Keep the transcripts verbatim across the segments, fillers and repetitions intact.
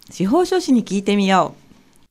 司法書士に聞いてみよう。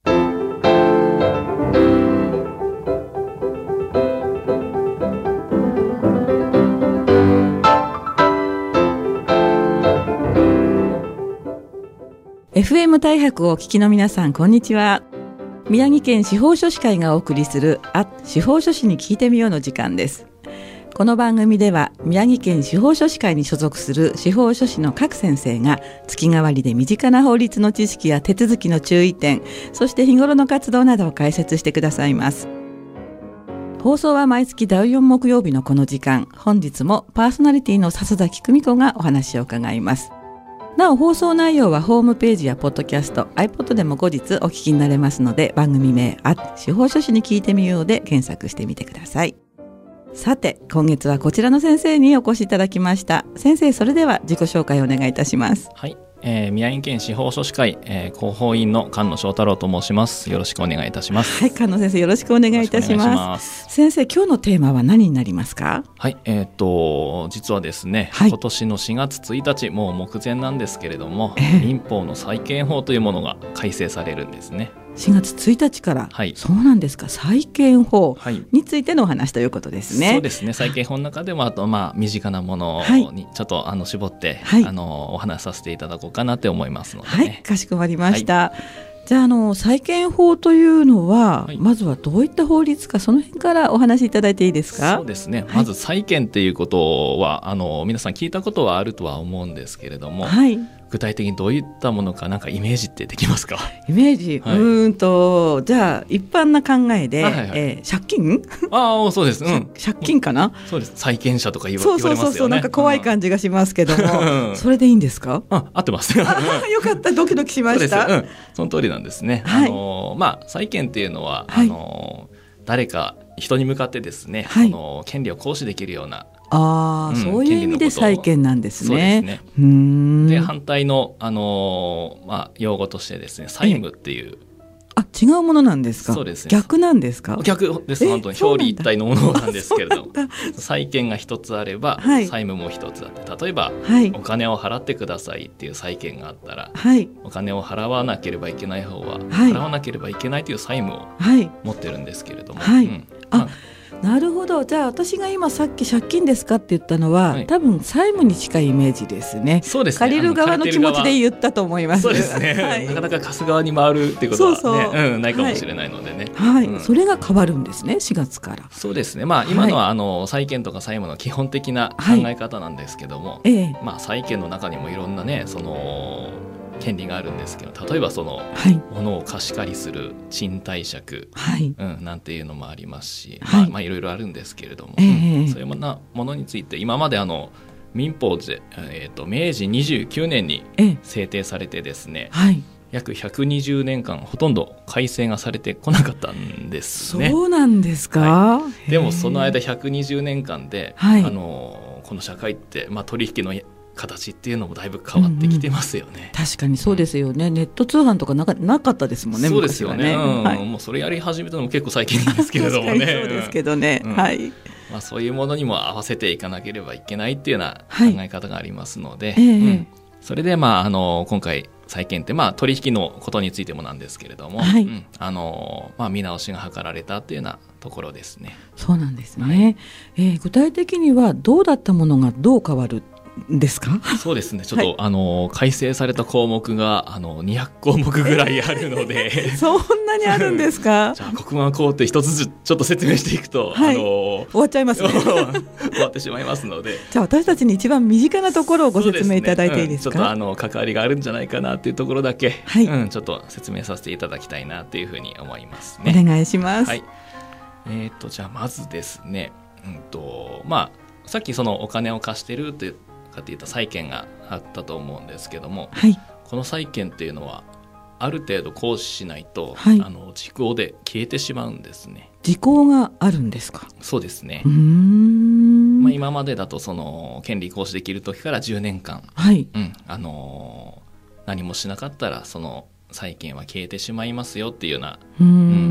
エフエム 大白をお聞きの皆さん、こんにちは。宮城県司法書士会がお送りするあ司法書士に聞いてみようの時間です。この番組では宮城県司法書士会に所属する司法書士の各先生が月替わりで身近な法律の知識や手続きの注意点、そして日頃の活動などを解説してくださいます。放送は毎月だいよん木曜日のこの時間、本日もパーソナリティの笹崎久美子がお話を伺います。なお放送内容はホームページやポッドキャスト、iPod でも後日お聞きになれますので、番組名あ司法書士に聞いてみようで検索してみてください。さて、今月はこちらの先生にお越しいただきました。先生、それでは自己紹介をお願いいたします。 はい、えー、宮城県司法書士会、えー、広報委員の菅野翔太郎と申します。よろしくお願いいたします。 はい、菅野先生、よろしくお願いいたします。ます先生、今日のテーマは何になりますか？ はい、えー、っと実はですね、はい、今年のしがつついたち、もう目前なんですけれども、えー、民法の債権法というものが改正されるんですね。 しがつついたちから、はい、そうなんですか。債権法についてのお話ということですね。 そうですね。債権法の中でもあと、まあ、身近なものにちょっとあの絞って、はい、あのお話しさせていただこうかなと思いますので、ね、 はい、かしこまりました。はい、じゃあ、あの債権法というのは、はい、まずはどういった法律か、その辺からお話しいただいていいですか？ そうですね、はい、まず債権っていうことはあの皆さん聞いたことはあるとは思うんですけれども、はい、具体的にどういったものか、なんかイメージってできますか？ イメージ、はい、うーんとじゃあ一般な考えで、はいはいはい、えー、借金ああそうです、うん、 借金かな。 そうです、債権者とか言わそうそうそうそう、 言われますよね。 なんか怖い感じがしますけども、うん、それでいいんですか？ あ、合ってますよかった、ドキドキしました。 そうです、うん、その通りなんですね。はい、あのまあ、債権っていうのは、はい、あの誰か人に向かってですね、はい、その権利を行使できるような、 あ、うん、そういう意味で債権なんですね。 そうですね。 うーん、 で反対の、あのまあ、用語としてですね、債務っていう、 あ、違うものなんですか？ そうですね、逆なんですか？ 逆です。本当に表裏一体のものなんですけれども、債権が一つあれば、はい、債務も一つあって、例えば、はい、お金を払ってくださいっていう債権があったら、はい、お金を払わなければいけない方は、はい、払わなければいけないという債務を持ってるんですけれども、はい、うん、 あ、まあ、なるほど。じゃあ私が今さっき借金ですかって言ったのは、はい、多分債務に近いイメージですね。 そうですね、 借りる側の気持ちで言ったと思います。 そうですね、はい、なかなか貸す側に回るっていうことは、ね、そうそう、うん、ないかもしれないのでね、 はい、 うん、 それが変わるんですね、しがつから。 そうですね、まあ、今のはあの債権とか債務の基本的な考え方なんですけども、はい、まあ、債権の中にもいろんなね、その権利があるんですけど、例えばその、はい、物を貸し借りする賃貸借、はい、うん、なんていうのもありますし、はい、まあ、まあ、いろいろあるんですけれども、えーうん、そういうものものについて今まであの民法で、えー、と明治にじゅうきゅうねんに制定されてですね、はい、約ひゃくにじゅうねんかんほとんど改正がされてこなかったんですね。 そうなんですか？ はい、でもその間ひゃくにじゅうねんかんで、はい、あのこの社会って、まあ、取引の形っていうのもだいぶ変わってきてますよね。うんうん、 確かにそうですよね、うん、ネット通販とかなか、なかったですもんね。 そうですよね、うん、 はい、 もうそれやり始めたのも結構最近なんですけれどもね。 そうですけどね、うん、はい、 まあ、そういうものにも合わせていかなければいけないっていうような考え方がありますので、はい、うん、それで、まあ、あの今回債権って、まあ、取引のことについてもなんですけれども、はい、うん、あのまあ、見直しが図られたっていうようなところですね。 そうなんですね。はい、えー、具体的にはどうだったものがどう変わるですか？ そうですね、ちょっと、はい、あの改正された項目があのにひゃくこうもくぐらいあるので、えー、そんなにあるんですか？ じゃあ黒板工程一つずつちょっと説明していくと、 はい、 あの終わっちゃいますね終わってしまいますので、 じゃあ私たちに一番身近なところをご説明いただいていいですか？ そうですね、うん、ちょっとあの関わりがあるんじゃないかなっていうところだけ、はい、うん、ちょっと説明させていただきたいなっていうふうに思いますね。 お願いします。 はい、えー、とじゃあまずですね、うんとまあ、さっきそのお金を貸してるってっていった債権があったと思うんですけども、はい、この債権っていうのはある程度行使しないと、はい、あの時効で消えてしまうんですね。 時効があるんですか？ そうですね。 うーん、 まあ、今までだとその権利行使できる時からじゅうねんかん、はい、うん、あのー、何もしなかったらその債権は消えてしまいますよっていうような、うん、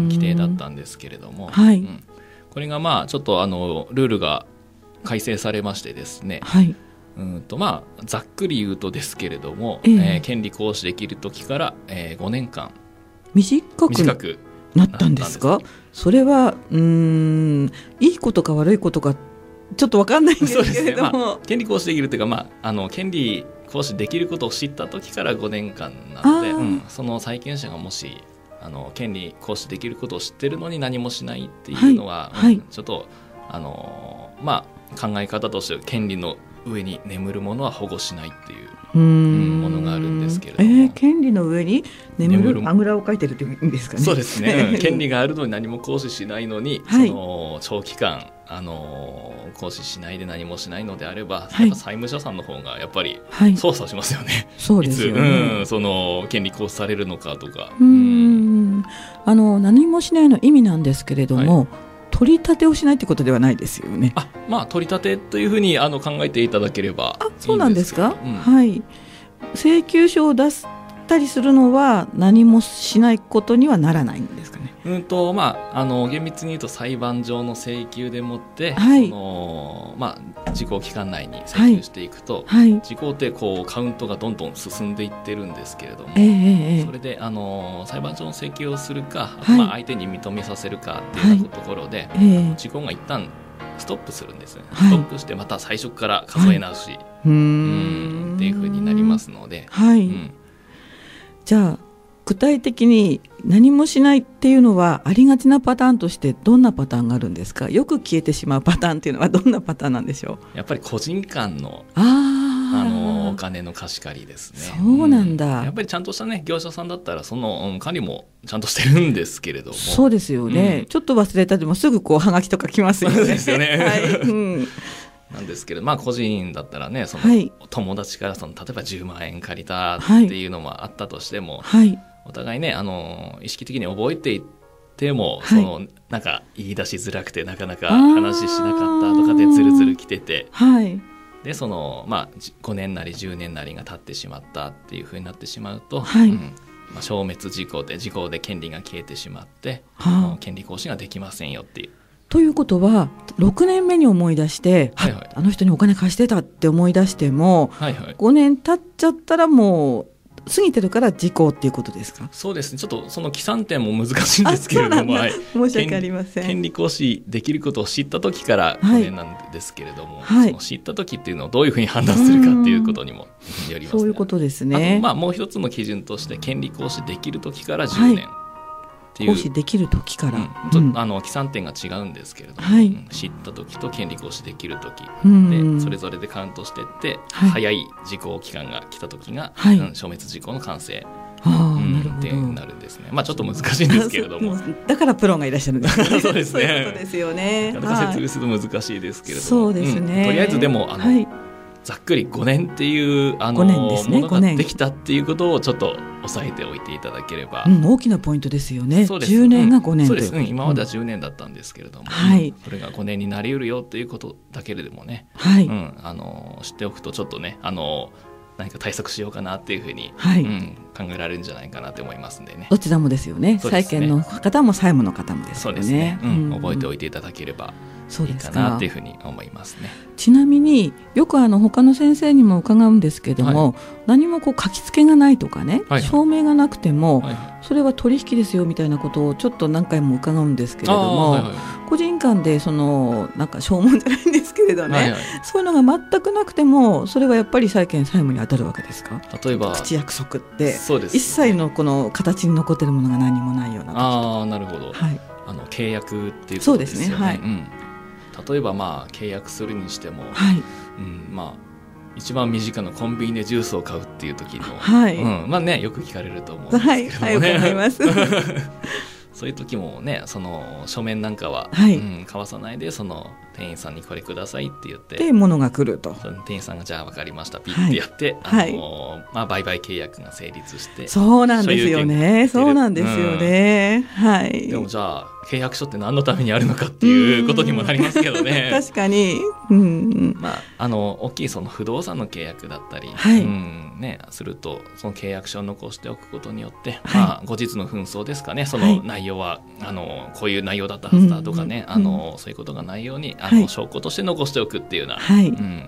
規定だったんですけれども、はい、うん、これがまあちょっとあのルールが改正されましてですね、はい、 うんとまあ、ざっくり言うとですけれども、えーえー、権利行使できる時から、えー、ごねんかん短く短くなったんですか？それはうーんいいことか悪いことかちょっと分かんないんですけれども、ね、まあ、権利行使できるというか、まあ、あの権利行使できることを知った時からごねんかんなので、うん、その債権者がもしあの権利行使できることを知ってるのに何もしないっていうのは、はいはい、ちょっとあの、まあ、考え方として権利の上に眠るものは保護しないっていううーんものがあるんですけれども、 えー、権利の上に眠るあぐらをかいてるという意味ですかね。 そうですね、うん、権利があるのに何も行使しないのに、はい、その長期間あの行使しないで何もしないのであれば、はい、やっぱ債務者さんの方がやっぱり操作しますよね、はい、 そうですよね、 いつ、うん、その権利行使されるのかとか、 うーんあの何もしないの意味なんですけれども、はい、取り立てをしないということではないですよね。 あ、まあ、取り立てというふうにあの考えていただければいいんですけど。 あ、そうなんですか、うん、はい、請求書を出したりするのは何もしないことにはならないんですかね。 うんとまあ、あの厳密に言うと裁判上の請求でもって、 はい、 そのまあ、時効期間内に請求していくと、 はいはい、 時効ってこうカウントがどんどん進んでいってるんですけれども、 えー、 それであの裁判上の請求をするか、はい、まあ、相手に認めさせるかっていうようなところで、はい、えー、時効が一旦ストップするんですね、はい、ストップしてまた最初から数え直し、はい、うーんっていうふうになりますので、 はい、うん、じゃあ具体的に何もしないっていうのはありがちなパターンとしてどんなパターンがあるんですか？よく消えてしまうパターンっていうのはどんなパターンなんでしょう？ やっぱり個人間のああのお金の貸し借りですね。 そうなんだ、 うん、やっぱりちゃんとしたね業者さんだったらその、うん、管理もちゃんとしてるんですけれども。 そうですよね、うん、ちょっと忘れたでもすぐこうはがきとか来ますよね。 そうですよね、 はい、うん、 なんですけど、まあ、個人だったらねその、はい、友達からその例えばじゅうまんえん借りたっていうのもあったとしても、 はい、 お互いねあの意識的に覚えていっても、はい、そのなんか言い出しづらくてなかなか話しなかったとかでずるずる来てて、 はい、でその、まあ、ごねんなりじゅうねんなりが経ってしまったっていうふうになってしまうと、 はい、うん、 まあ、消滅事項で事項で権利が消えてしまって、 はあ、 権利行使ができませんよっていう。 ということはろくねんめに思い出して、はいはい、あの人にお金貸してたって思い出しても、 はいはい、 ごねん経っちゃったらもう過ぎてるから時効っていうことですか？ そうですね、ちょっとその起算点も難しいんですけれども、はい、 申し訳ありません。 権利行使できることを知った時からごねんなんですけれども、 はい、 その知った時っていうのをどういうふうに判断するかっていうことにもよりますね。 そういうことですね。 あと、まあ、もう一つの基準として権利行使できる時からじゅうねん、はい、っていう行使できる時から、 うんうん、あの起算点が違うんですけれども、 はい、 うん、知った時と権利行使できる時、 うん、 でそれぞれでカウントしていって、 はい、 早い時効期間が来た時が、 はい、 うん、消滅時効の完成、 あ、 うん、 なるほどってなるんですね。まあ、ちょっと難しいんですけれどもだからプロがいらっしゃるんですね。 そうですね、 そういうことですよね。 なかなか説明すると難しいですけれども、 そうですね、 うん、とりあえずでもあの、はい、ざっくりごねんっていうあのごねんですね、 ものができたっていうことをちょっと押さえておいていただければ、 うん、大きなポイントですよね。 そうです、 じゅうねんがごねんという、うん、そうです、うん、今まではじゅうねんだったんですけれども、 はい、 それがごねんになりうるよということだけれどもね、 はい、 うん、あの知っておくとちょっとねあの何か対策しようかなっていうふうに、 はい、 うん、考えられるんじゃないかなと思いますんでね。 どちらもですよね。債権の方も債務の方もですよね。 そうですね、うん、覚えておいていただければいいかなっていうふうに思いますね。 ちなみによくあの他の先生にも伺うんですけども、はい、何もこう書き付けがないとかね、はいはい、証明がなくても、はいはい、それは取引ですよみたいなことをちょっと何回も伺うんですけれども、はいはい、個人間でそのなんか証文じゃないんですけれどね、はいはい、そういうのが全くなくてもそれはやっぱり債権債務に当たるわけですか？ 例えば口約束ってそうです、 一切のこの形に残っているものが何もないような時とか。 ああ、なるほど、はい、あの契約っていうことですよね。 そうですね、はい、うん、 例えばまあ契約するにしても、 はい、 うん、まあ一番身近なコンビニでジュースを買うっていう時の、 はい、 うん、まあねよく聞かれると思うんですけどもね、 はい、はい、わかりますそういう時もねその書面なんかは、 はい、 うん、交わさないでその店員さんにこれくださいって言ってで物が来ると、 その店員さんがじゃあ分かりましたピッてやって、はい、あのまあ、売買契約が成立して、 そうなんですよね、そうなんですよね、うん、はい、 でもじゃあ契約書って何のためにあるのかっていうことにもなりますけどね確かに、うん、 まあ、あの大きいその不動産の契約だったり、 はい、 うんね、するとその契約書を残しておくことによって、はい、まあ、後日の紛争ですかね、その内容は、はい、あのこういう内容だったはずだとかね、うん、あのそういうことがないようにあの、はい、証拠として残しておくっていうような、 はい、 うん、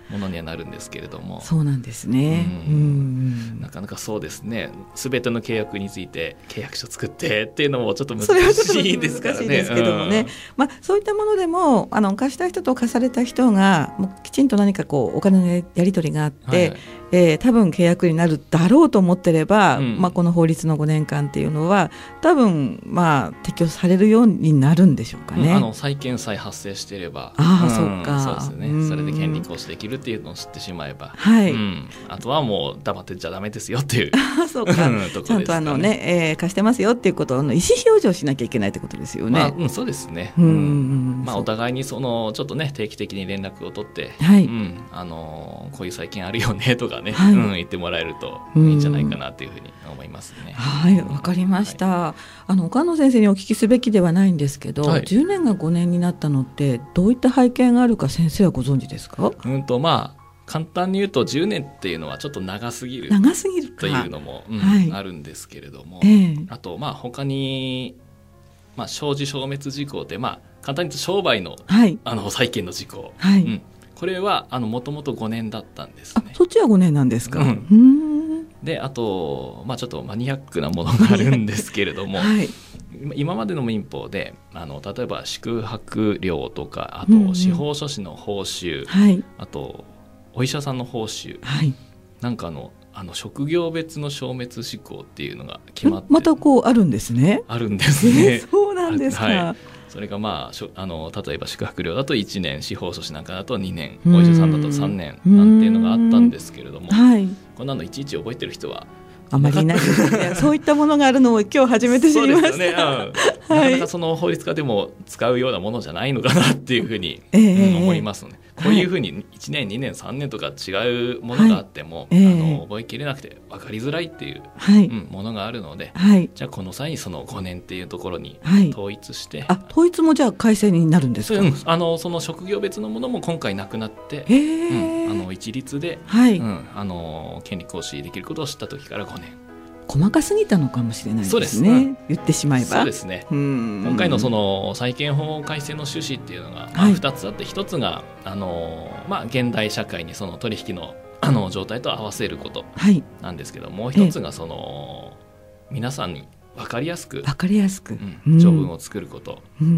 ものにはなるんですけれども。 そうなんですね。うんうんなかなかそうですね。すべての契約について契約書作ってっていうのもちょっと難しいですからね。 難しいですけどもね、うんまあ、そういったものでもあの貸した人と貸された人がもうきちんと何かこうお金のやり取りがあって、はいはいえー、多分契約になるだろうと思ってれば、うんまあ、この法律のごねんかんっていうのは多分、まあ、適用されるようになるんでしょうかね。 うん、あの債権さえ発生していればあ、うん、そうかそうですね、うん、それで権利行使できるっていうのを知ってしまえば、 はいうん、あとはもう黙ってちゃダメですよっていうそうかちゃんとあの、ねえー、貸してますよっていうことの意思表示をしなきゃいけないってことですよね。 まあうん、そうですね、うんうんまあ、お互いにそのちょっとね定期的に連絡を取って、はいうん、あのこういう債権あるよねとかね、はいうん、言ってもらえるといいんじゃないかなというふうに思いますね。 はい、わかりました、はい、あの岡野先生にお聞きすべきではないんですけど、はい、じゅうねんがごねんになったのってどういった背景があるか先生はご存知ですか？ うんとまあ簡単に言うとじゅうねんっていうのはちょっと長すぎる長すぎるというのも、うんはい、あるんですけれども、えー、あとまあ他に、まあ、生じ消滅事項で、まあ、簡単に言うと商売の、はい、あの債権の事項、はいうん、これはもともとごねんだったんですね。 あそっちはごねんなんですか？うん、 うんであと、まあ、ちょっとマニアックなものがあるんですけれども、はい、今までの民法であの例えば宿泊料とかあと司法書士の報酬、うんはい、あとお医者さんの報酬、はい、なんかのあの職業別の消滅事項っていうのが決まってまたこうあるんですね。 あるんですね。 そうなんですか。はい、 それが、まあ、あの例えば宿泊料だといちねん司法書士なんかだとにねんお医者さんだとさんねんなんていうのがあったんですけれども、はい、こんなのいちいち覚えてる人はあまりいないですね。そういったものがあるのを今日初めて知りました。そうですよね、うんはい、なかなかその法律家でも使うようなものじゃないのかなっていうふうに、えーうん、思いますので、こういうふうにいちねんにねんさんねんとか違うものがあっても、はいえー、あの覚えきれなくて分かりづらいっていう、はいうん、ものがあるので、はい、じゃあこの際にそのごねんっていうところに統一して、はい、 あ統一もじゃあ改正になるんですか？ うん、あのその職業別のものも今回なくなって、えーうん、あの一律で、はいうん、あの権利行使できることを知った時からごねん細かすぎたのかもしれないですね。 そうですね、 言ってしまえばそうですね。今回のその債権法改正の趣旨っていうのが、まあ、ふたつあって、ひとつがあの、まあ、現代社会にその取引のあの状態と合わせることなんですけど、はい、もう一つがその、ええ、皆さんに分かりやすく分かりやすく、 うん、条文を作ること、うんうん、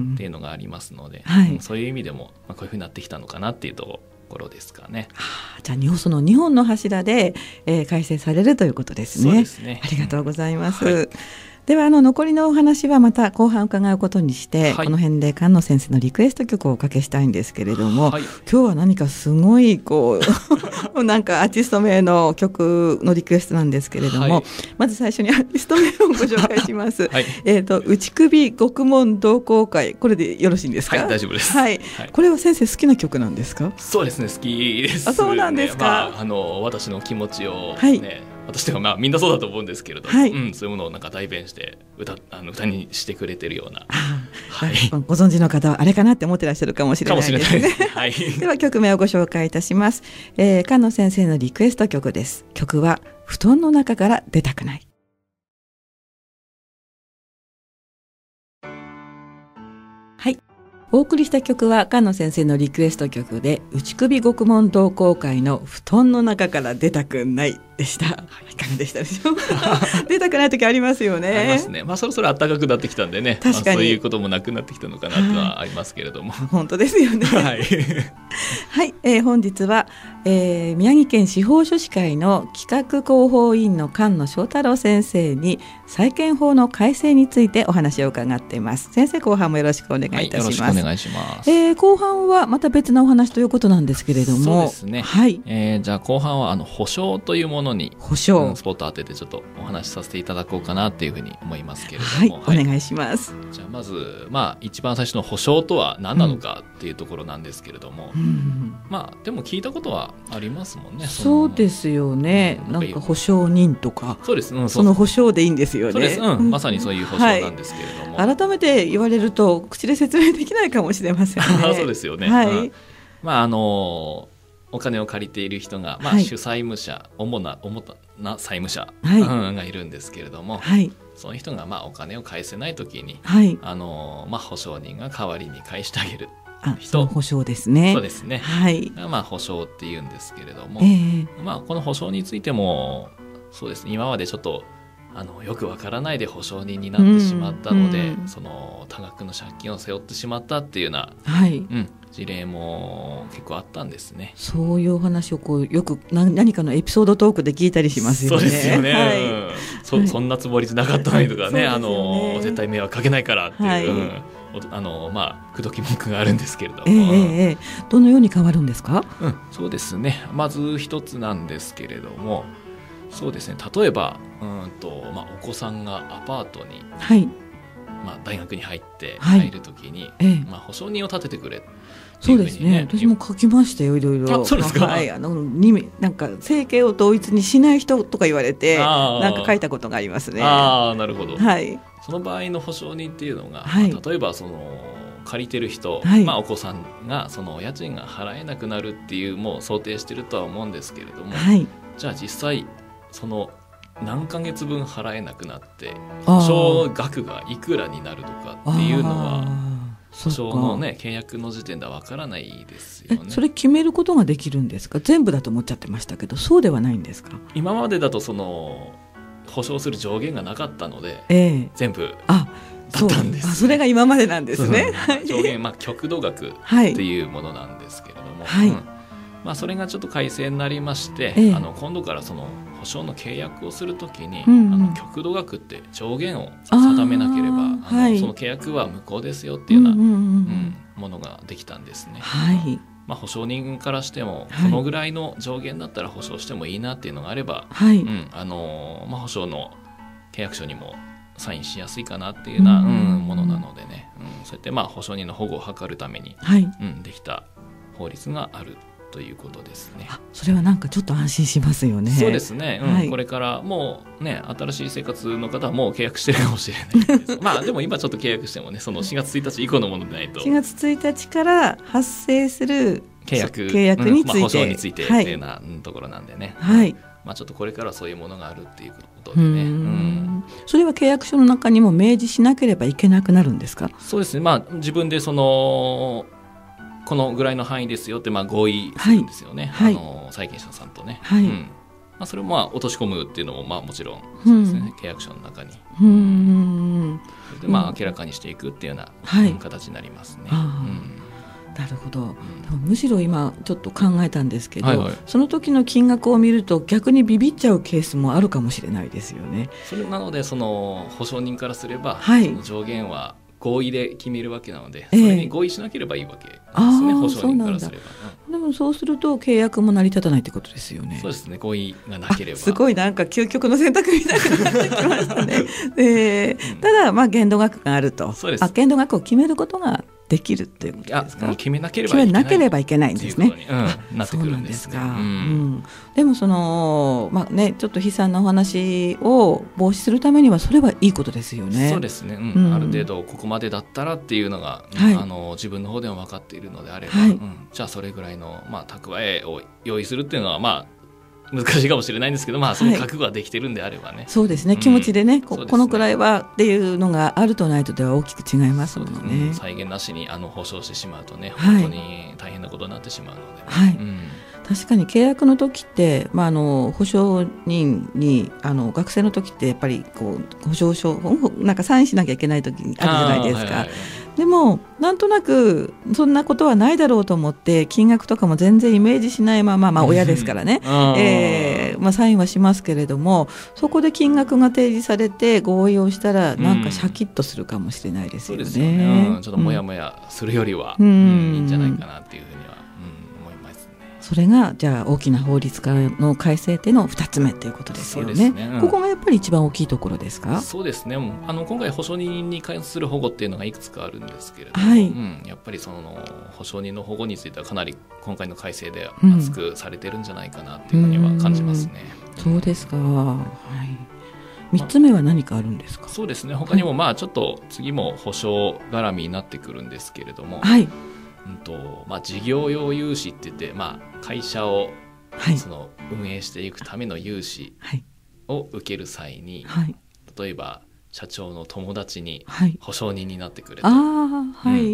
っていうのがありますので、はいうん、そういう意味でも、まあ、こういうふうになってきたのかなっていうところところですかね。 はあ、じゃあ日本そのにほんの柱で、えー、改正されるということですね。 そうですね。 ありがとうございます。 はい、 ではあの残りのお話はまた後半伺うことにして、はい、この辺で菅野先生のリクエスト曲をおかけしたいんですけれども、はい、今日は何かすごいこうなんかアーティスト名の曲のリクエストなんですけれども、はい、まず最初にアーティスト名をご紹介します、はい、えーと内首獄門同好会、これでよろしいんですか？ はい、大丈夫です、 はいはい、これは先生好きな曲なんですか？ そうですね、好きですね。 あ、そうなんですか。 まあ、あの私の気持ちをね、はい私とかまあみんなそうだと思うんですけれど、はいうん、そういうものをなんか代弁して歌、あの歌にしてくれてるような、 はい、ご存知の方はあれかなって思ってらっしゃるかもしれないですね。 はい、 では曲名をご紹介いたします、えー、菅野先生のリクエスト曲です。曲は布団の中から出たくない。はい、お送りした曲は菅野先生のリクエスト曲で内首獄門同好会の布団の中から出たくないでした。いかがでしたでしょうか？出たくない時ありますよね。 ありますね。まあそろそろ暖かくなってきたんでね、確かに、まあ、そういうこともなくなってきたのかなとはありますけれども、 はい、本当ですよね。 はい、 はいえー、本日は、えー、宮城県司法書士会の企画広報委員の菅野翔太郎先生に債権法の改正についてお話を伺っています。先生、後半もよろしくお願いいたします。 はい、よろしくお願いします。 えー、後半はまた別なお話ということなんですけれども、 そうですね、はいえー、じゃあ後半はあの保証というものに保証、 うん、スポット当ててちょっとお話しさせていただこうかなというふうに思いますけれども、 はい、はい、お願いします。 じゃあまず、まあ、一番最初の保証とは何なのかっていうところなんですけれども、うん、まあでも聞いたことはありますもんね。 そうですよね。なんか保証人とか、 そうです、うん、 その保証でいいんですよね。 そうです、うん、まさにそういう保証なんですけれども、 はい、改めて言われると口で説明できないかもしれませんね。 そうですよね、 はいうん、まああのお金を借りている人が、まあ、主債務者、はい、主な主な債務者、はいうん、がいるんですけれども、はい、その人がまあお金を返せないときに、はいあのまあ、保証人が代わりに返してあげる。 人、保証ですね。 そうですね、 はい、 まあ、保証っていうんですけれども、 えーまあ、この保証についてもそうですね、今までちょっとあのよくわからないで保証人になってしまったので、うん、その多額の借金を背負ってしまったっていうような、はいうん、事例も結構あったんですね。 そういうお話をこうよく何かのエピソードトークで聞いたりしますよね。 そうですよね、はいうん、そ, そんなつもりじゃなかったのにとかね、はい、あの絶対迷惑かけないからっていう、はいうんあのまあ、口説き文句があるんですけれども、えーえー、どのように変わるんですか？ うん、そうですね、まず一つなんですけれども、そうですね、例えばうんと、まあ、お子さんがアパートに、はいまあ、大学に入って入るときに、はいえーまあ、保証人を立ててくれっていうふうに、ね、 そうですね、私も書きましたよ、いろいろ。 あ、そうですか。 はい、あのになんか生計を同一にしない人とか言われてなんか書いたことがありますね。 ああ、なるほど、 はい、 その場合の保証人っていうのが、 はいまあ、例えばその借りてる人、 はいまあ、お子さんがその家賃が払えなくなるっていうもう想定してるとは思うんですけれども、 はい、 じゃあ実際その何ヶ月分払えなくなって保証額がいくらになるとかっていうのは保証の、ね、契約の時点では分からないですよね。 えそれ決めることができるんですか？全部だと思っちゃってましたけど、そうではないんですか？ 今までだとその保証する上限がなかったので、 えー、 全部あだったんです、ね、 そ, それが今までなんですね。 上限、まあ、極度額っていうものなんですけれども、 はいうんまあ、それがちょっと改正になりまして、 ええ、 あの今度からその保証の契約をするときに、 うんうん、 あの極度額って上限を定めなければあの、はい、その契約は無効ですよっていうような、うんうんうんうん、ものができたんですね。 はいまあ、保証人からしてもこのぐらいの上限だったら保証してもいいなっていうのがあれば、 はいうんあのまあ、保証の契約書にもサインしやすいかなっていうような、うんうん、ものなのでね、うん、そうやってまあ保証人の保護を図るために、 はいうん、できた法律があるということですね。 あ、それはなんかちょっと安心しますよね。 そうですね、うんはい、 これからもうね新しい生活の方はもう契約してるかもしれないですまあでも今ちょっと契約してもねそのしがつついたち以降のものでないとしがつついたちから発生する契約、 契約について、 うんまあ、保証についてっていうようなところなんでね、 はいまあ、ちょっとこれからそういうものがあるっていうことでね、うん、 それは契約書の中にも明示しなければいけなくなるんですか？ そうですね、まあ、自分でそのこのぐらいの範囲ですよってまあ合意するんですよね、はい、あの債権者さんとね、 はいうんまあ、それをまあ落とし込むっていうのもまあもちろんそうですね、うん、契約書の中に、 うん、 それでまあ明らかにしていくっていうような、 はい、 形になりますね。 なるほど、うん、むしろ今ちょっと考えたんですけど、 はいはい、 その時の金額を見ると逆にビビっちゃうケースもあるかもしれないですよね。 それなのでその保証人からすれば、 はい、 その上限は合意で決めるわけなので、それに合意しなければいいわけですね、えー、保証人からすれば。 うん、でもそうすると契約も成り立たないってことですよね。 そうですね、合意がなければ。 すごいなんか究極の選択みたいになってきましたね、えーうん、ただまあ限度額があると。 そうです。 あ、限度額を決めることができるっていうことですか？ 決めなければいけない、 決めなければいけないんですね。 うん、なってくるんですね。 そうなんですか、うん、でもその、まあね、ちょっと悲惨なお話を防止するためにはそれはいいことですよね。 そうですね、うんうん、ある程度ここまでだったらっていうのが、はい、あの自分の方でも分かっているのであれば、はい、うん、じゃあそれぐらいの、まあ、蓄えを用意するっていうのはまあ難しいかもしれないんですけど、まあ、その覚悟ができてるんであればね、はい、 そうですね、気持ちでね、うん、こ, でねこのくらいはっていうのがあるとないとでは大きく違いますもんね。そうですね、 再現なしにあの保証してしまうとね、本当に大変なことになってしまうので、ね、 はい、 うん、 確かに契約の時って、まあ、あの保証人にあの学生の時ってやっぱりこう保証書なんかサインしなきゃいけない時にあるじゃないですか、はいはいはい、でもなんとなくそんなことはないだろうと思って金額とかも全然イメージしないまま、まあ、親ですからね、えーまあ、サインはしますけれども、そこで金額が提示されて合意をしたらなんかシャキッとするかもしれないですよね、うん、そうですよね、 うん、ちょっとモヤモヤするよりは、うんうん、いいんじゃないかなっていうふうには、うん、思いますね。 それがじゃあ大きな法律化の改正点のふたつめということですよ ね, ですね、うん、ここがやっぱり一番大きいところですか？ そうですね、あの今回保証人に関する保護っていうのがいくつかあるんですけれども、 はい、 うん、やっぱりその保証人の保護についてはかなり今回の改正で厚くされてるんじゃないかなっていうふうには感じますね、 うん、そうですか、はい、みっつめは何かあるんですか？ そうですね、他にもまあちょっと次も保証絡みになってくるんですけれども、 はい、 うんとまあ、事業用融資って言って、まあ、会社をその運営していくための融資を受ける際に、はい、例えば社長の友達に保証人になってくれと、 はい、あ、はい、うん、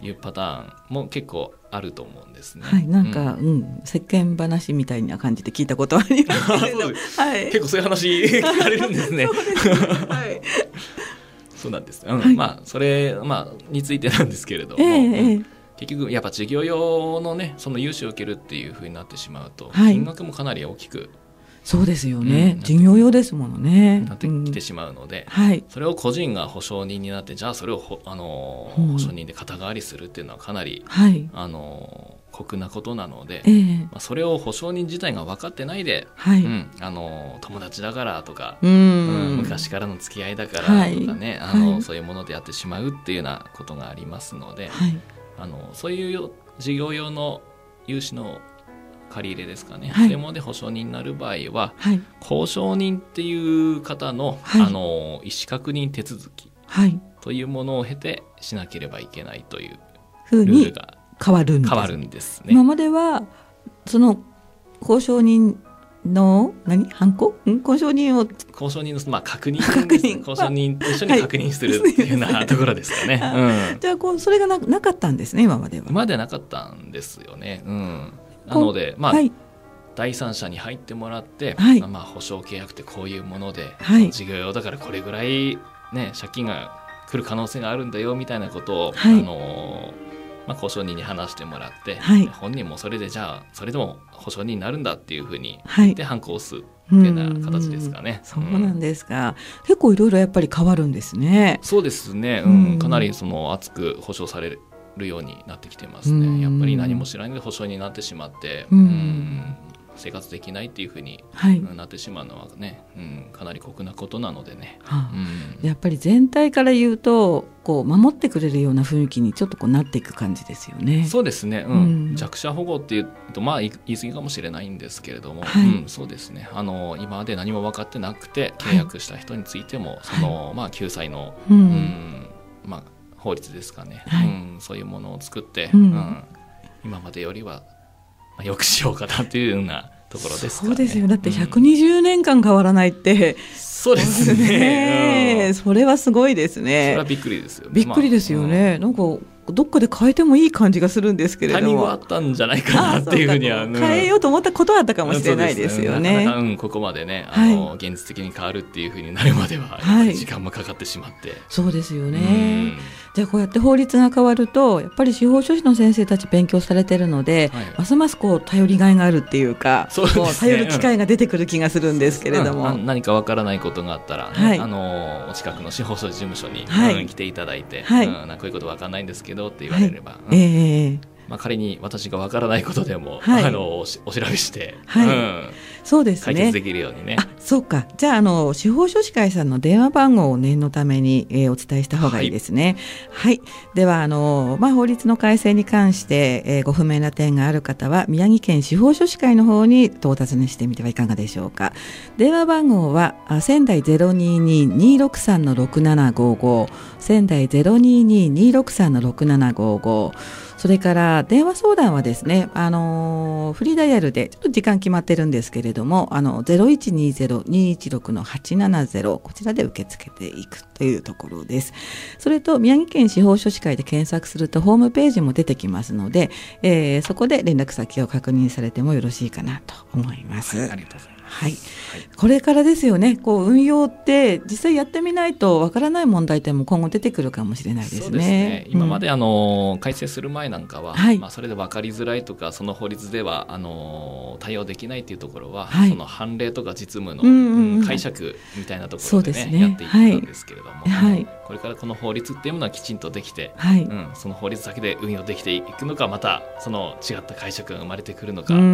いうパターンも結構あると思うんですね。 はい、なんか、うんうん、世間話みたいな感じで聞いたことはありますけれどはい、 結構そういう話聞かれるんですね。そうですね、はい、そうなんです、うんはい、まあそれ、まあ、についてなんですけれども、えーうん、結局やっぱ事業用のねその融資を受けるっていうふうになってしまうと、はい、金額もかなり大きくそうですよね、うん、事業用ですものねなってきてしまうので、 うんはい、 それを個人が保証人になってじゃあそれをほ、あのーうん、保証人で肩代わりするっていうのはかなり、はい、あのー、酷なことなので、えーまあ、それを保証人自体が分かってないで、はいうん、あのー、友達だからとか、うんうん、昔からの付き合いだからとかね、はい、あのーはい、そういうものでやってしまうっていうようなことがありますので、はい、あのー、そういう事業用の融資の借り入れですかね、はい、そういうもので保証人になる場合は、はい、公証人っていう方の、はい、あの意思確認手続きというものを経てしなければいけないというルールが変わるんです、 変わるんですね。 今まではその公証人の何ハンコ公証人を公証人の、まあ、確認確認公証人と一緒に確認するっていうようなところですかね。うん、 じゃあこうそれが な, なかったんですね今までは。 今まではなかったんですよね。うんなので、まあはい、第三者に入ってもらって、はいまあ、保証契約ってこういうもので、はい、事業用だからこれぐらい、ね、借金が来る可能性があるんだよみたいなことを、はいあのまあ、保証人に話してもらって、はい、本人もそれでじゃあそれでも保証人になるんだっていうふうに言ってハンコを押すっていうような形ですかね。 そうなんですか、うん、結構いろいろやっぱり変わるんですね。 そうですね、うん、かなりその厚く保証されるるようになってきてますね。やっぱり何も知らないので保証になってしまって、うんうん生活できないっていうふうになってしまうのはね、はいうん、かなり酷なことなのでね、はあうん、やっぱり全体から言うとこう守ってくれるような雰囲気にちょっとこうなっていく感じですよね。 そうですね、うんうん、弱者保護っていうとまあ言い過ぎかもしれないんですけれども、はいうん、そうですねあの今まで何も分かってなくて契約した人についても、はいそのまあ、救済の、うんうんまあ法律ですかね、はいうん、そういうものを作って、うんうん、今までよりはよくしようかなというようなところですかね。 そうですよだってひゃくにじゅうねんかん変わらないって、 うん、そうですね、 うん、それはすごいですね。 それはびっくりですよね。 びっくりですよね、まあうん、なんかどっかで変えてもいい感じがするんですけれどもタイミングはあったんじゃないかなっていうふうには、 うん、変えようと思ったことはあったかもしれないですよね。 なかなか、うん、ここまでねあの、はい、現実的に変わるっていうふうになるまでは、はい、時間もかかってしまって。 そうですよね、うんじゃあこうやって法律が変わるとやっぱり司法書士の先生たち勉強されてるので、はい、ますますこう頼りがいがあるっていうかそうですね、こう頼る機会が出てくる気がするんですけれども、 うん、何かわからないことがあったら、ねはい、あのお近くの司法書士事務所に、はいうん、来ていただいて、はいうん、なんかこういうことわからないんですけどって言われれば、はいうんえーまあ、仮に私がわからないことでも、はい、あのお調べして、はいうん、そうですね、解決できるようにね。 あ、そうか。じゃあ、あの司法書士会さんの電話番号を念のために、えー、お伝えした方がいいですね。はい、はい、ではあの、まあ、法律の改正に関して、えー、ご不明な点がある方は宮城県司法書士会の方にお尋ねしてみてはいかがでしょうか。電話番号は仙台 ゼロにーにーにーろくさん ろくななごーごー仙台 ゼロにーにーにーろくさん ろくななごーごーそれから電話相談はですね、あのフリーダイヤルでちょっと時間決まってるんですけれども、あの ゼロいちにーゼロ にーいちろく はちななゼロ こちらで受け付けていくというところです。それと宮城県司法書士会で検索するとホームページも出てきますので、えー、そこで連絡先を確認されてもよろしいかなと思います。 はい、ありがとうございます。 はい、これからですよね。こう運用って実際やってみないとわからない問題点も今後出てくるかもしれないですね。 そうですね、今まであの、うん、改正する前なんかは、はいまあ、それで分かりづらいとかその法律ではあの対応できないというところは、はい、その判例とか実務の、うんうんうん、解釈みたいなところで、ねでね、やっていったんですけれども、はい、これからこの法律っていうものはきちんとできて、はいうん、その法律だけで運用できていくのかまたその違った解釈が生まれてくるのか、うんうん、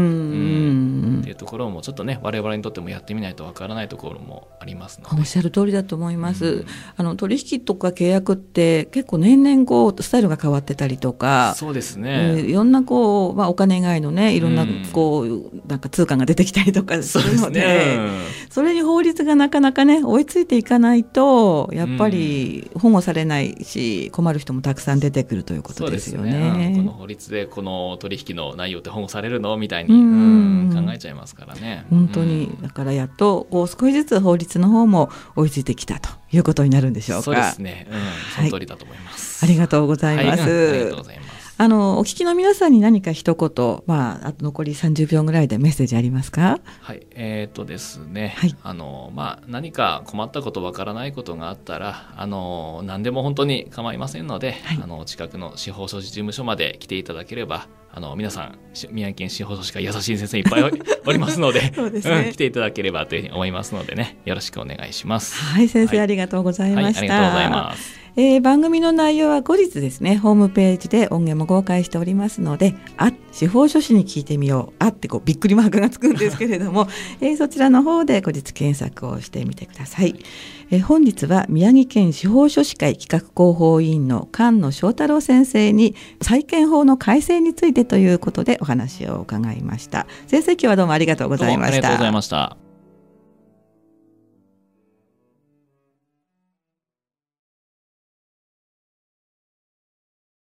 っていうところもちょっとね我々にとってもやってみないとわからないところもありますので。 おっしゃる通りだと思います、うん、あの取引とか契約って結構年々こうスタイルが変わってたりとかそうですね、 いろんなこう、まあ、お金以外のねいろんなこう、うん、なんか通貨が出てきたりとかするので、 そうですね、それに法律がなかなかね追いついていかないとやっぱりり保護されないし困る人もたくさん出てくるということですよね。 そうですね、うん、この法律でこの取引の内容って保護されるのみたいに、うんうん、考えちゃいますからね。 本当に、うん、だからやっとこう少しずつ法律の方も追いついてきたということになるんでしょうか。 そうですね、うん、その通りだと思います、 はい、ありがとうございます、はい、 うん、ありがとうございます。 あのお聞きの皆さんに何か一言、まあ、あと残りさんじゅうびょうぐらいでメッセージありますか？ はい、えーとですね、 はい、 あのまあ、何か困ったことわからないことがあったらあの何でも本当に構いませんので、はい、あの近くの司法書士事務所まで来ていただければあの皆さん宮城県司法書士会優しい先生いっぱい お, おりますのでそうです、ね、うん、来ていただければというふうに思いますのでね、よろしくお願いします。 はい、先生、はい、ありがとうございました。はい、ありがとうございます。 えー、番組の内容は後日ですね、ホームページで音源も公開しておりますので、あ、司法書士に聞いてみよう、あってこうびっくりマークがつくんですけれども、えー、そちらの方で後日検索をしてみてください。えー、本日は宮城県司法書士会企画広報委員の菅野翔太郎先生に債権法の改正についてということでお話を伺いました。先生、今日はどうもありがとうございました。 どうもありがとうございました。